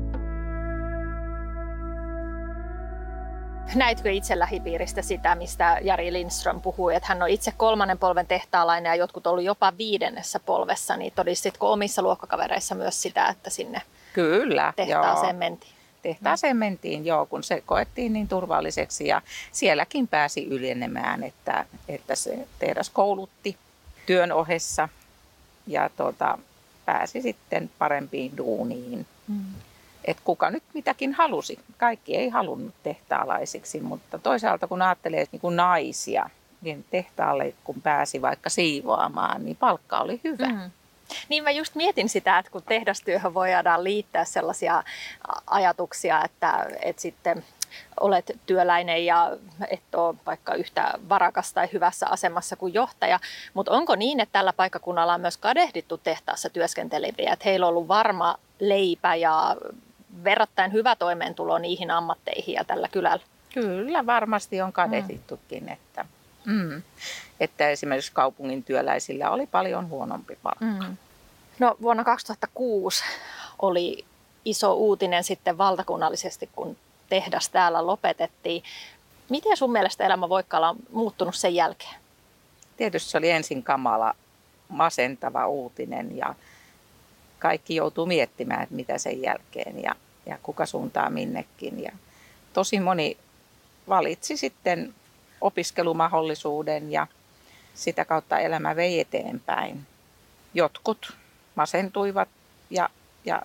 Näitkö itse lähipiiristä sitä, mistä Jari Lindström puhui, että hän on itse kolmannen polven tehtaalainen ja jotkut ollut jopa viidennessä polvessa, niin todistitko omissa luokkakavereissa myös sitä, että sinne Kyllä, tehtaaseen joo. mentiin? Tehtaaseen mentiin, joo, kun se koettiin niin turvalliseksi ja sielläkin pääsi ylenemään, että, että se tehdas koulutti työn ohessa ja tuota, pääsi sitten parempiin duuniin. Mm. Et kuka nyt mitäkin halusi. Kaikki ei halunnut tehtaalaisiksi, mutta toisaalta kun ajattelee niin kuin naisia, niin tehtaalle kun pääsi vaikka siivoamaan, niin palkka oli hyvä. Mm. Niin mä just mietin sitä, että kun tehdastyöhön voidaan liittää sellaisia ajatuksia, että, että sitten olet työläinen ja et ole vaikka yhtä varakas tai hyvässä asemassa kuin johtaja. Mutta onko niin, että tällä paikkakunnalla on myös kadehdittu tehtaassa työskenteleviä, että heillä on ollut varma leipä ja verrattain hyvä toimeentulo niihin ammatteihin ja tällä kylällä? Kyllä, varmasti on kadehdittukin, mm. että, mm, että esimerkiksi kaupungin työläisillä oli paljon huonompi palkka. Mm. No, vuonna kaksituhattakuusi oli iso uutinen sitten valtakunnallisesti, kun tehdas täällä lopetettiin. Miten sun mielestä elämä Voikkaalla on muuttunut sen jälkeen? Tietysti se oli ensin kamala, masentava uutinen ja kaikki joutuu miettimään, että mitä sen jälkeen ja, ja kuka suuntaa minnekin. Ja tosi moni valitsi sitten opiskelumahdollisuuden ja sitä kautta elämä vei eteenpäin. Jotkut masentuivat ja, ja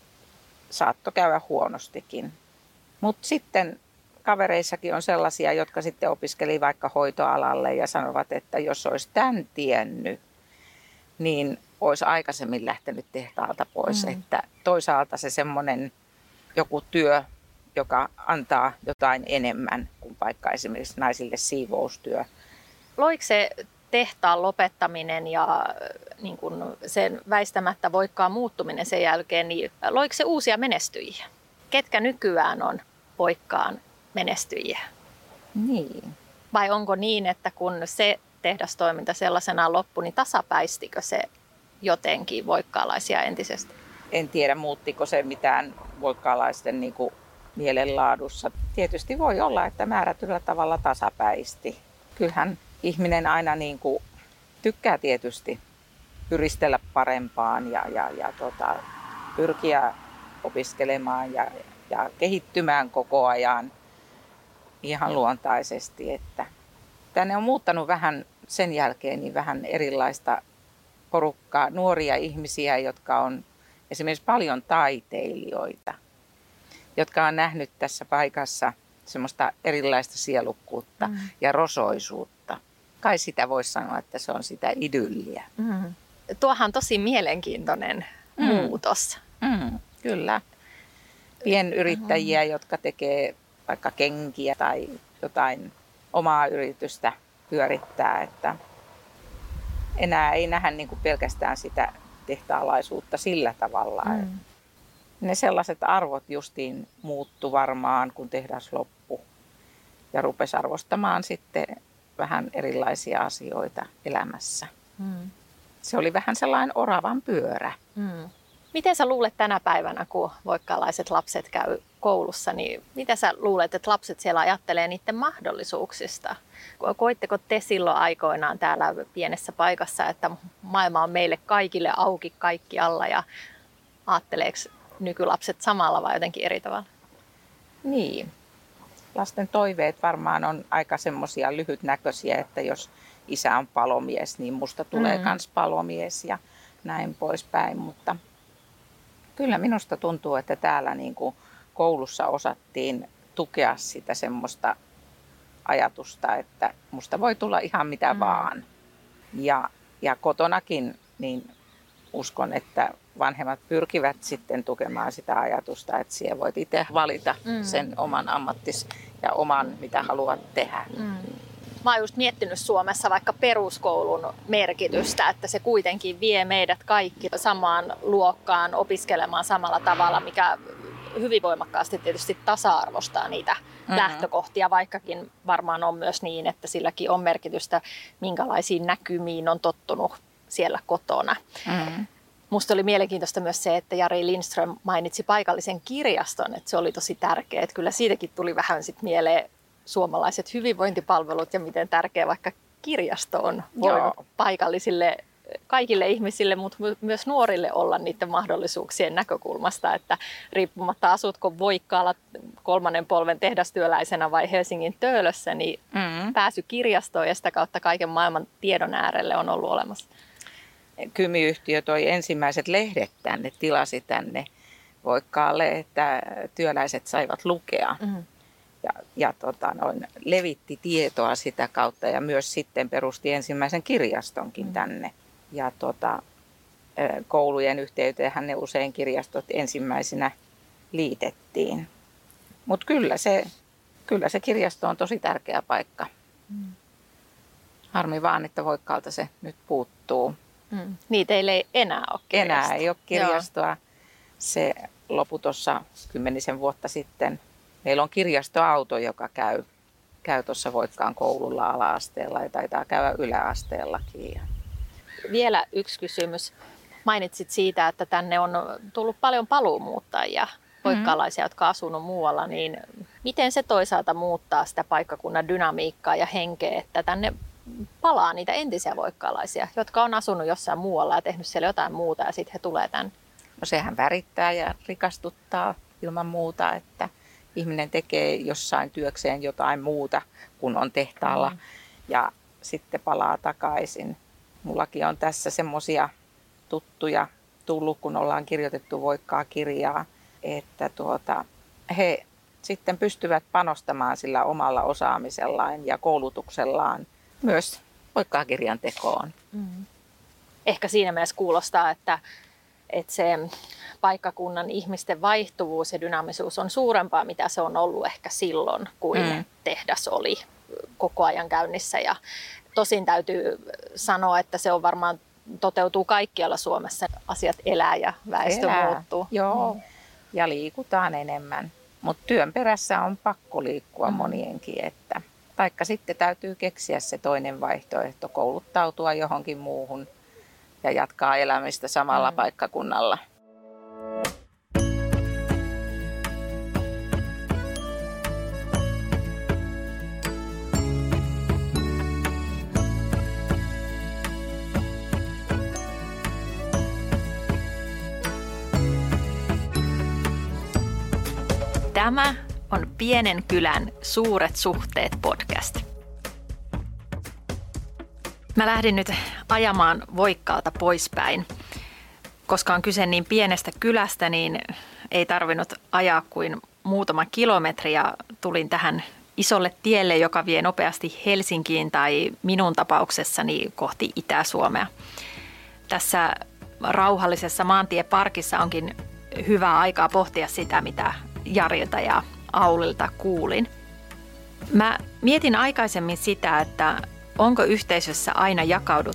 saattoi käydä huonostikin. Mutta sitten kavereissakin on sellaisia, jotka sitten opiskeli vaikka hoitoalalle ja sanovat, että jos olisi tämän tiennyt, niin olisi aikaisemmin lähtenyt tehtaalta pois. Mm. Että toisaalta se semmoinen joku työ, joka antaa jotain enemmän kuin vaikka esimerkiksi naisille siivoustyö. Loiko se tehtaan lopettaminen ja niin kun sen väistämättä Voikkaan muuttuminen sen jälkeen, niin loiko se uusia menestyjiä? Ketkä nykyään on Voikkaan menestyjiä? Niin. Vai onko niin, että kun se tehdastoiminta sellaisenaan loppui, niin tasapäistikö se jotenkin voikkaalaisia entisestä? En tiedä, muuttiko se mitään voikkaalaisten niin kuin mielenlaadussa. Tietysti voi olla, että määrätyllä tavalla tasapäisti. Kyllähän ihminen aina niin kuin tykkää tietysti pyristellä parempaan ja, ja, ja tota, pyrkiä opiskelemaan ja, ja kehittymään koko ajan ihan luontaisesti. Että tänne on muuttanut vähän sen jälkeen niin vähän erilaista porukkaa, nuoria ihmisiä, jotka on esimerkiksi paljon taiteilijoita, jotka on nähnyt tässä paikassa semmoista erilaista sielukkuutta mm. ja rosoisuutta. Kai sitä voisi sanoa, että se on sitä idylliä. Mm. Tuohan on tosi mielenkiintoinen mm. muutos. Mm, kyllä. Pienyrittäjiä, mm. jotka tekee vaikka kenkiä tai jotain omaa yritystä pyörittää. Että enää ei nähdä niin kuin pelkästään sitä tehtaalaisuutta sillä tavalla. Mm. Ne sellaiset arvot justiin muuttu varmaan, kun tehdas loppui ja rupesi arvostamaan sitten vähän erilaisia asioita elämässä. Mm. Se oli vähän sellainen oravan pyörä. Mm. Miten sä luulet tänä päivänä, kun voikkaalaiset lapset käy koulussa, niin mitä sä luulet, että lapset siellä ajattelee niiden mahdollisuuksista? Koitteko te silloin aikoinaan täällä pienessä paikassa, että maailma on meille kaikille auki kaikki alla ja ajatteleeko nykylapset samalla vai jotenkin eri tavalla? Niin. Lasten toiveet varmaan on aika semmoisia lyhytnäköisiä, että jos isä on palomies, niin musta tulee mm. kans palomies ja näin poispäin. Mutta kyllä minusta tuntuu, että täällä niin kuin koulussa osattiin tukea sitä semmoista ajatusta, että musta voi tulla ihan mitä mm. vaan. Ja, ja kotonakin niin uskon, että vanhemmat pyrkivät sitten tukemaan sitä ajatusta, että siellä voit itse valita mm. sen oman ammattis ja oman, mitä haluat tehdä. Mm. Mä oon just miettinyt Suomessa vaikka peruskoulun merkitystä, että se kuitenkin vie meidät kaikki samaan luokkaan opiskelemaan samalla tavalla, mikä hyvin voimakkaasti tietysti tasa-arvostaa niitä mm-hmm. lähtökohtia, vaikkakin varmaan on myös niin, että silläkin on merkitystä, minkälaisiin näkymiin on tottunut siellä kotona. Mm-hmm. Musta oli mielenkiintoista myös se, että Jari Lindström mainitsi paikallisen kirjaston, että se oli tosi tärkeä. Että kyllä siitäkin tuli vähän sit mieleen suomalaiset hyvinvointipalvelut ja miten tärkeä vaikka kirjasto on voinut paikallisille kaikille ihmisille, mutta myös nuorille olla niiden mahdollisuuksien näkökulmasta, että riippumatta asutko Voikkaalla kolmannen polven tehdastyöläisenä vai Helsingin Töölössä, niin mm. pääsy kirjastoon ja sitä kautta kaiken maailman tiedon äärelle on ollut olemassa. Kymi-yhtiö toi ensimmäiset lehdet tänne, tilasi tänne Voikkaalle, että työläiset saivat lukea. Mm. Ja, ja tota, noin, levitti tietoa sitä kautta ja myös sitten perusti ensimmäisen kirjastonkin mm. tänne. Ja tota, koulujen yhteyteenhän ne usein kirjastot ensimmäisenä liitettiin. Mutta kyllä se, kyllä se kirjasto on tosi tärkeä paikka. Mm. Harmi vaan, että Voikkaalta se nyt puuttuu. Mm. Niin teillä ei enää ole kirjastoa. Enää ei ole kirjastoa. Joo. Se lopui tuossa kymmenisen vuotta sitten. Meillä on kirjastoauto, joka käy, käy tuossa Voikkaan koululla ala-asteella ja taitaa käydä yläasteellakin. Vielä yksi kysymys. Mainitsit siitä, että tänne on tullut paljon paluumuuttajia, voikkaalaisia, mm-hmm. jotka on asunut muualla. Niin miten se toisaalta muuttaa sitä paikkakunnan dynamiikkaa ja henkeä, että tänne palaa niitä entisiä voikkaalaisia, jotka on asunut jossain muualla ja tehnyt siellä jotain muuta ja sitten he tulee tänne? No sehän värittää ja rikastuttaa ilman muuta, että ihminen tekee jossain työkseen jotain muuta, kun on tehtaalla mm. ja sitten palaa takaisin. Mullakin on tässä semmoisia tuttuja tullut, kun ollaan kirjoitettu Voikkaa kirjaa, että tuota, he sitten pystyvät panostamaan sillä omalla osaamisellaan ja koulutuksellaan myös Voikkaa kirjan tekoon. Mm. Ehkä siinä mielessä kuulostaa, että, että se paikkakunnan ihmisten vaihtuvuus ja dynaamisuus on suurempaa, mitä se on ollut ehkä silloin, kuin mm. tehdas oli koko ajan käynnissä. Ja tosin täytyy sanoa, että se on varmaan toteutuu kaikkialla Suomessa. Asiat elää ja väestö elää. muuttuu. Joo, mm. ja liikutaan enemmän. Mutta työn perässä on pakko liikkua mm. monienkin. Että, taikka sitten täytyy keksiä se toinen vaihtoehto, kouluttautua johonkin muuhun ja jatkaa elämistä samalla mm. paikkakunnalla. Tämä on Pienen kylän suuret suhteet podcast. Mä lähdin nyt ajamaan Voikkaalta poispäin. Koska on kyse niin pienestä kylästä, niin ei tarvinnut ajaa kuin muutama kilometri ja tulin tähän isolle tielle, joka vie nopeasti Helsinkiin tai minun tapauksessani kohti Itä-Suomea. Tässä rauhallisessa maantieparkissa onkin hyvää aikaa pohtia sitä, mitä Jarilta ja Aulilta kuulin. Mä mietin aikaisemmin sitä, että onko yhteisössä aina jakauduttu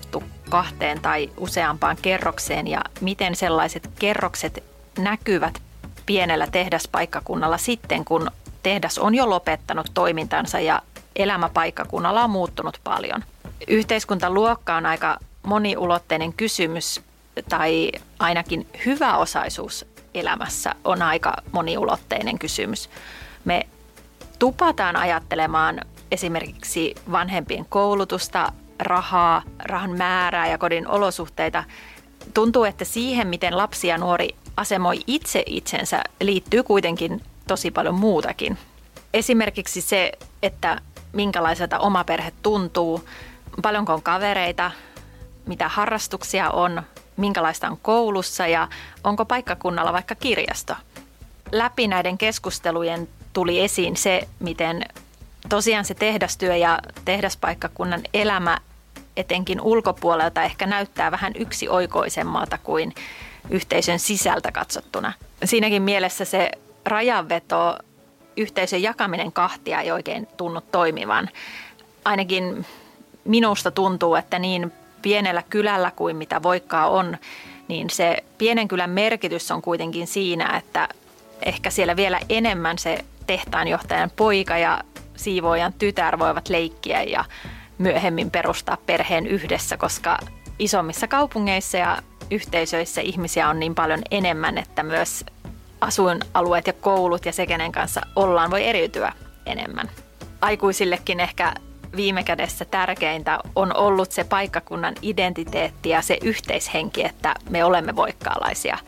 kahteen tai useampaan kerrokseen ja miten sellaiset kerrokset näkyvät pienellä tehdaspaikkakunnalla sitten, kun tehdas on jo lopettanut toimintansa ja elämä paikkakunnalla on muuttunut paljon. Yhteiskuntaluokka on aika moniulotteinen kysymys, tai ainakin hyväosaisuus elämässä on aika moniulotteinen kysymys. Me tupataan ajattelemaan esimerkiksi vanhempien koulutusta, rahaa, rahan määrää ja kodin olosuhteita. Tuntuu, että siihen, miten lapsi ja nuori asemoi itse itsensä, liittyy kuitenkin tosi paljon muutakin. Esimerkiksi se, että minkälaiselta oma perhe tuntuu, paljonko on kavereita, mitä harrastuksia on, minkälaista on koulussa ja onko paikkakunnalla vaikka kirjasto. Läpi näiden keskustelujen tuli esiin se, miten tosiaan se tehdastyö ja tehdaspaikkakunnan elämä etenkin ulkopuolelta ehkä näyttää vähän yksioikoisemmalta kuin yhteisön sisältä katsottuna. Siinäkin mielessä se rajanveto, yhteisön jakaminen kahtia ei oikein tunnu toimivan. Ainakin minusta tuntuu, että niin pienellä kylällä kuin mitä Voikkaa on, niin se pienen kylän merkitys on kuitenkin siinä, että ehkä siellä vielä enemmän se tehtaanjohtajan poika ja siivoojan tytär voivat leikkiä ja myöhemmin perustaa perheen yhdessä, koska isommissa kaupungeissa ja yhteisöissä ihmisiä on niin paljon enemmän, että myös asuinalueet ja koulut ja se, kenen kanssa ollaan, voi eriytyä enemmän. Aikuisillekin ehkä viime kädessä tärkeintä on ollut se paikkakunnan identiteetti ja se yhteishenki, että me olemme voikkaalaisia.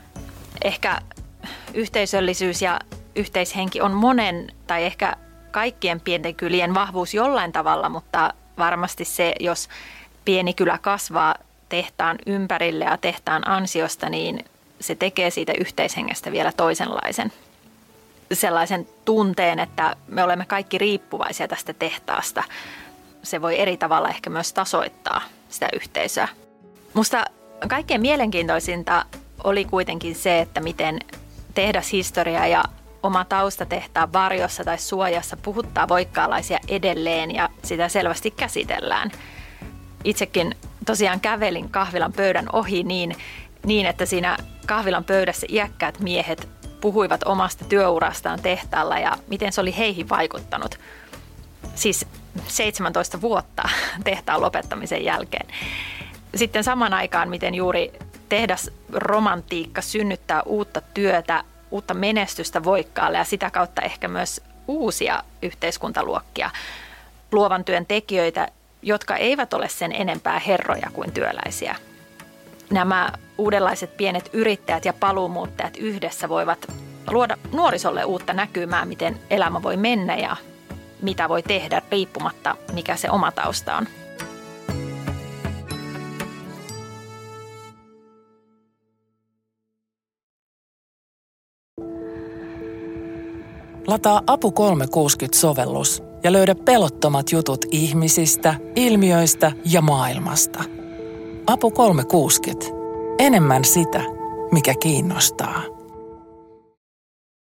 Ehkä yhteisöllisyys ja yhteishenki on monen tai ehkä kaikkien pienten kylien vahvuus jollain tavalla, mutta varmasti se, jos pieni kylä kasvaa tehtaan ympärille ja tehtaan ansiosta, niin se tekee siitä yhteishengestä vielä toisenlaisen. Sellaisen tunteen, että me olemme kaikki riippuvaisia tästä tehtaasta. Se voi eri tavalla ehkä myös tasoittaa sitä yhteisöä. Musta kaikkein mielenkiintoisinta oli kuitenkin se, että miten tehdashistoria ja oma tausta tehtaan varjossa tai suojassa puhuttaa voikkaalaisia edelleen ja sitä selvästi käsitellään. Itsekin tosiaan kävelin kahvilan pöydän ohi niin, niin että siinä kahvilan pöydässä iäkkäät miehet puhuivat omasta työurastaan tehtaalla ja miten se oli heihin vaikuttanut. Siis seitsemäntoista vuotta tehtaan lopettamisen jälkeen. Sitten saman aikaan, miten juuri tehdasromantiikka synnyttää uutta työtä, uutta menestystä Voikkaalle ja sitä kautta ehkä myös uusia yhteiskuntaluokkia, luovan työn tekijöitä, jotka eivät ole sen enempää herroja kuin työläisiä. Nämä uudenlaiset pienet yrittäjät ja paluumuuttajat yhdessä voivat luoda nuorisolle uutta näkymää, miten elämä voi mennä ja mitä voi tehdä riippumatta, mikä se oma tausta on. Lataa Apu kolmesataakuusikymmentä-sovellus ja löydä pelottomat jutut ihmisistä, ilmiöistä ja maailmasta. Apu kolmesataakuusikymmentä. Enemmän sitä, mikä kiinnostaa.